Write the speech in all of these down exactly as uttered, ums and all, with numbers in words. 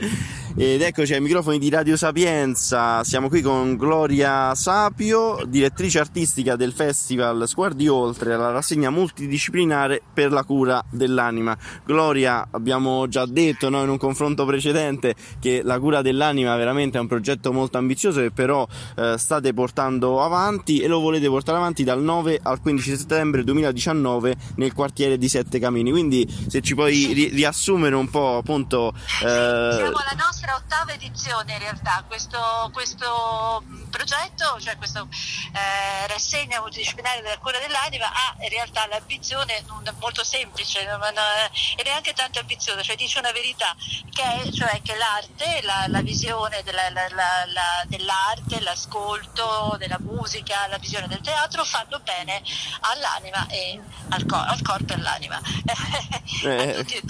Ed eccoci ai microfoni di Radio Sapienza, siamo qui con Gloria Sapio, direttrice artistica del Festival Sguardi Oltre, alla rassegna multidisciplinare per la cura dell'anima. Gloria, abbiamo già detto, no, in un confronto precedente che la cura dell'anima veramente è un progetto molto ambizioso che però eh, state portando avanti e lo volete portare avanti dal nove al quindici settembre duemiladiciannove nel quartiere di Sette Camini. Quindi se ci puoi ri- riassumere un po' appunto... Eh... Siamo alla nostra ottava edizione in realtà, questo, questo progetto, cioè questa eh, rassegna multidisciplinare della cura dell'anima ha in realtà l'ambizione molto semplice, non, non, e neanche tanto ambiziosa, cioè dice una verità, che è, cioè che l'arte, la, la visione della, la, la, la, dell'arte, l'ascolto della musica, la visione del teatro fanno bene all'anima e al, cor- al corpo e all'anima. Eh. A tutti,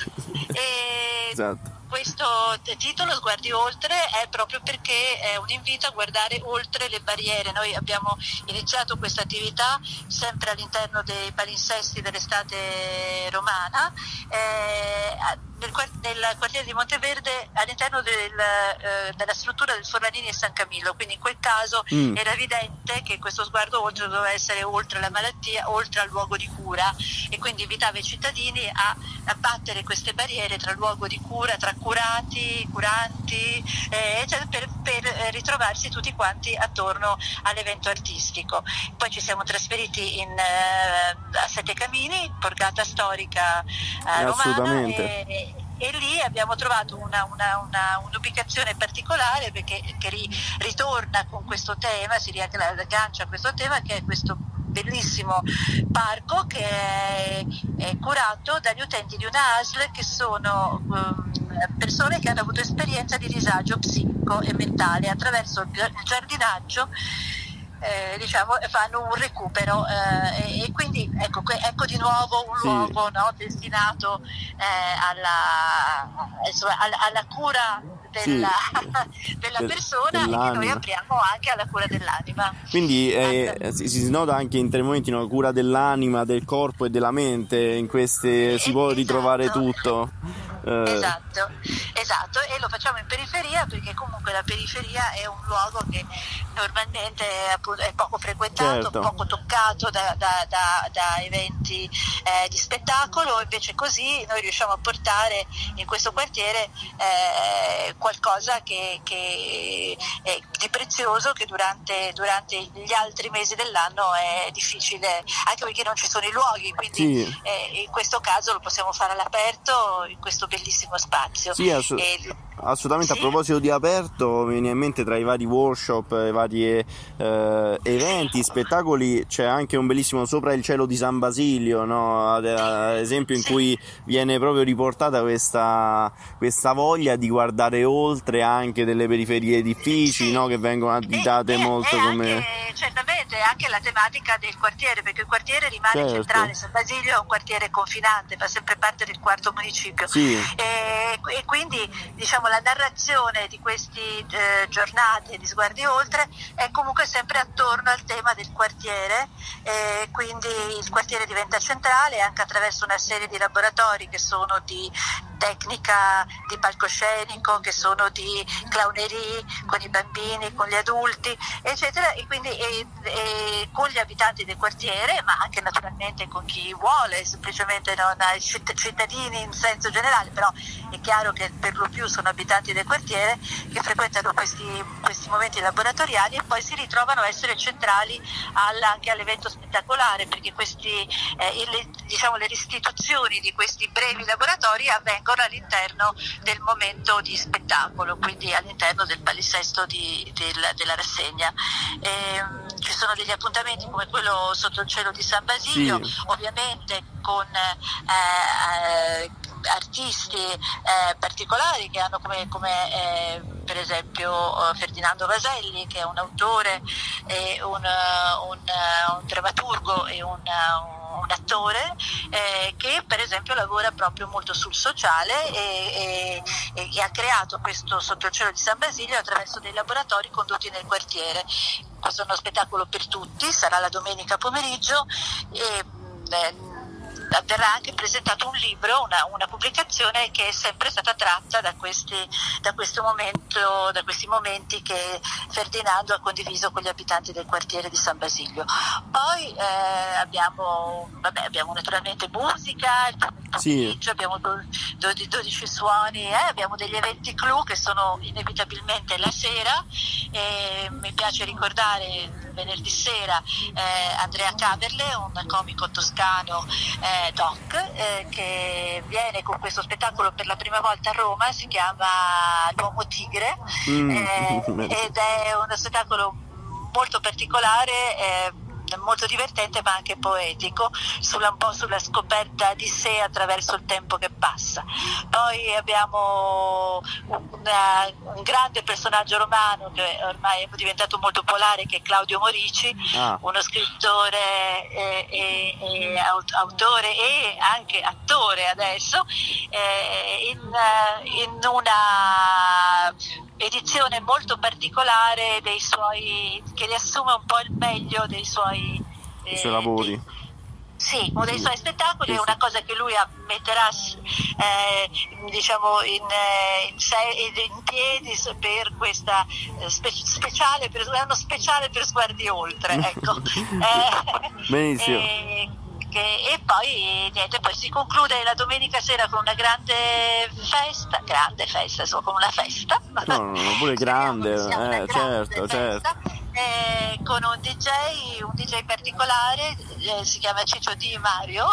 e, esatto. Questo titolo, Sguardi Oltre, è proprio perché è un invito a guardare oltre le barriere. Noi abbiamo iniziato questa attività sempre all'interno dei palinsesti dell'estate romana, eh, nel, nel quartiere di Monteverde, all'interno del, eh, della struttura del Forlanini e San Camillo. Quindi in quel caso mm. era evidente che questo sguardo oltre doveva essere oltre la malattia, oltre al luogo di cura, e quindi invitava i cittadini a abbattere queste barriere tra luogo di cura, tra curati, curanti, eh, cioè per, per ritrovarsi tutti quanti attorno all'evento artistico. Poi ci siamo trasferiti in, eh, a Sette Camini, borgata storica eh, romana, e, e lì abbiamo trovato una, una, una, un'ubicazione particolare perché che ri, ritorna con questo tema, si riaggancia a questo tema, che è questo bellissimo parco che è, è curato dagli utenti di una A S L che sono um, persone che hanno avuto esperienza di disagio psichico e mentale. Attraverso il giardinaggio Eh, diciamo fanno un recupero eh, e, e quindi ecco, ecco di nuovo un sì. luogo, no, destinato eh, alla, insomma, alla, alla cura della, sì. della persona, e che noi apriamo anche alla cura dell'anima. Quindi eh, si, si snota anche in tre momenti, no? Cura dell'anima, del corpo e della mente, in queste si può ritrovare tutto. Esatto, esatto, e lo facciamo in periferia perché comunque la periferia è un luogo che normalmente appunto, è poco frequentato, certo. poco toccato da, da, da, da eventi eh, di spettacolo, invece così noi riusciamo a portare in questo quartiere eh, qualcosa che, che è di prezioso, che durante, durante gli altri mesi dell'anno è difficile, anche perché non ci sono i luoghi, quindi sì. eh, in questo caso lo possiamo fare all'aperto, in questo bellissimo spazio. Sì, assu- e, assolutamente. Sì? A proposito di aperto, mi viene in mente tra i vari workshop, i vari eh, eventi, spettacoli, c'è anche un bellissimo Sopra il cielo di San Basilio, no? Ad, ad esempio, in sì. cui viene proprio riportata questa, questa voglia di guardare oltre anche delle periferie difficili, sì. no? Che vengono additate e, molto e come... Anche, certamente anche la tematica del quartiere, perché il quartiere rimane certo. centrale. San Basilio è un quartiere confinante, fa sempre parte del quarto municipio. Sì. E, e quindi diciamo la narrazione di queste eh, giornate di Sguardi Oltre è comunque sempre attorno al tema del quartiere, e quindi il quartiere diventa centrale anche attraverso una serie di laboratori che sono di tecnica di palcoscenico, che sono di clownerie con i bambini, con gli adulti, eccetera, e quindi e, e con gli abitanti del quartiere, ma anche naturalmente con chi vuole, semplicemente non ai cittadini in senso generale, però è chiaro che per lo più sono abitanti del quartiere che frequentano questi, questi momenti laboratoriali e poi si ritrovano a essere centrali all, anche all'evento spettacolare, perché questi, eh, le, diciamo, le restituzioni di questi brevi laboratori avvengono all'interno del momento di spettacolo, quindi all'interno del palinsesto di, del, della rassegna. E, ci sono degli appuntamenti come quello sotto il cielo di San Basilio, sì. ovviamente con eh, artisti eh, particolari che hanno come, come eh, per esempio Ferdinando Vaselli, che è un autore, e un, un, un drammaturgo e un, un attore eh, che per esempio lavora proprio molto sul sociale e, e, e ha creato questo Sotto il cielo di San Basilio attraverso dei laboratori condotti nel quartiere. Questo è uno spettacolo per tutti, sarà la domenica pomeriggio e eh, verrà anche presentato un libro, una, una pubblicazione che è sempre stata tratta da questi, da questo momento, da questi momenti che Ferdinando ha condiviso con gli abitanti del quartiere di San Basilio. Poi eh, abbiamo, vabbè, abbiamo naturalmente musica, il pomeriggio, sì. abbiamo dodici, dodici suoni, eh, abbiamo degli eventi clou che sono inevitabilmente la sera, e mi piace ricordare venerdì sera eh, Andrea Caverle, un comico toscano eh, doc, eh, che viene con questo spettacolo per la prima volta a Roma, si chiama L'Uomo Tigre, mm. eh, ed è uno spettacolo molto particolare, eh, molto divertente ma anche poetico, sulla, un po' sulla scoperta di sé attraverso il tempo che passa. Poi abbiamo una, un grande personaggio romano che ormai è diventato molto popolare, che è Claudio Morici, ah. uno scrittore e, e, e autore e anche attore adesso, eh, in, in una edizione molto particolare dei suoi, che riassume un po' il meglio dei suoi, eh, I suoi lavori. Dei, sì, uno dei suoi spettacoli, è una cosa che lui metterà eh, diciamo in, in, in piedi per questa spe, speciale, per, è uno speciale per Sguardi Oltre, ecco. eh, Benissimo. Eh, e poi niente, poi si conclude la domenica sera con una grande festa, grande festa, insomma, con una festa. No, no, no pure grande, eh, grande certo, festa, certo. Eh, con un D J, un D J particolare, eh, si chiama Ciccio Di Mario,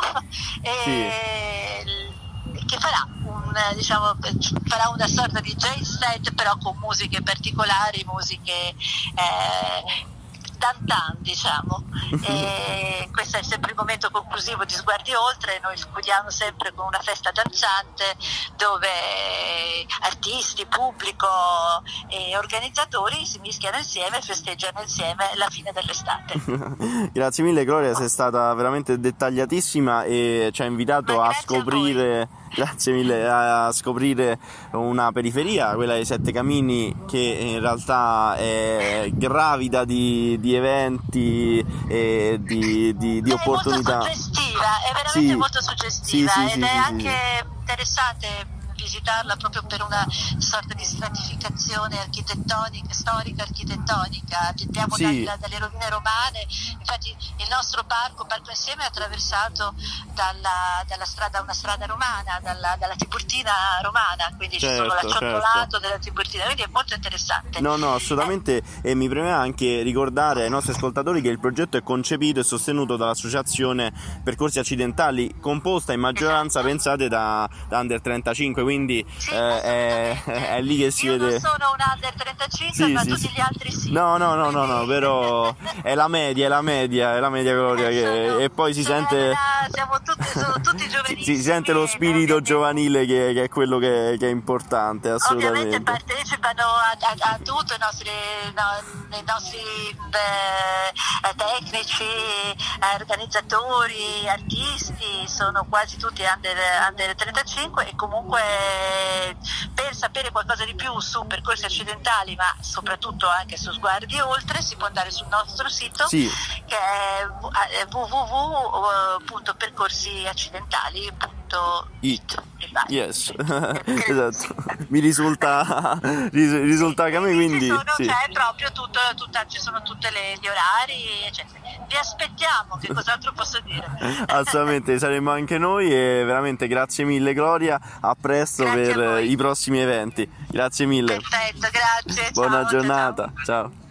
eh, sì. che farà un, diciamo, farà una sorta di J set, però con musiche particolari, musiche eh, d'antan, diciamo. E questo è sempre il momento conclusivo di Sguardi Oltre. Noi chiudiamo sempre con una festa danzante dove artisti, pubblico e organizzatori si mischiano insieme e festeggiano insieme la fine dell'estate. Grazie mille Gloria, sei stata veramente dettagliatissima e ci ha invitato a scoprire a grazie mille a scoprire una periferia, quella dei Sette Camini, che in realtà è gravida di, di eventi e di, di, di opportunità. È molto suggestiva, è veramente sì. molto suggestiva, sì, sì, ed sì, è sì, anche sì. interessante visitarla proprio per una sorta di stratificazione architettonica, storica architettonica. Andiamo sì. da, dalle rovine romane, infatti il nostro parco, Parco Insieme, è attraversato dalla, dalla strada, una strada romana, dalla, dalla Tiburtina romana, quindi certo, ci sono l'acciottolato certo. della Tiburtina, quindi è molto interessante. No, no, assolutamente, eh. e mi premeva anche ricordare ai nostri ascoltatori che il progetto è concepito e sostenuto dall'associazione Percorsi Accidentali, composta in maggioranza, esatto. pensate, da, da Under trentacinque, quindi sì, eh, è, è lì che si Io vede. Io non sono un Under trentacinque, sì, ma sì, tutti sì. gli altri sì. No, no, no, no, no, però è la media, è la media, è la media Gloria, che, e poi si sente là, siamo tutti, sono tutti giovanissimi. Si, si sente lo spirito giovanile che, che è quello che, che è importante, assolutamente. Ovviamente partecipano a, a, a tutto, i nostri, no, i nostri eh, tecnici, organizzatori, artisti, sono quasi tutti under, under trentacinque, e comunque per sapere qualcosa di più su Percorsi Accidentali, ma soprattutto anche su Sguardi Oltre, si può andare sul nostro sito, sì. che è w w w punto percorsi accidentali punto it. Yes, esatto. Mi risulta, risulta che a me, quindi ci sono, sì. c'è proprio tutto, tutta, ci sono tutti gli orari, eccetera. Vi aspettiamo, che cos'altro posso dire? Assolutamente, saremo anche noi, e veramente grazie mille Gloria, a presto grazie per a i prossimi eventi. Grazie mille. Perfetto, grazie. Buona ciao, giornata, ciao. ciao.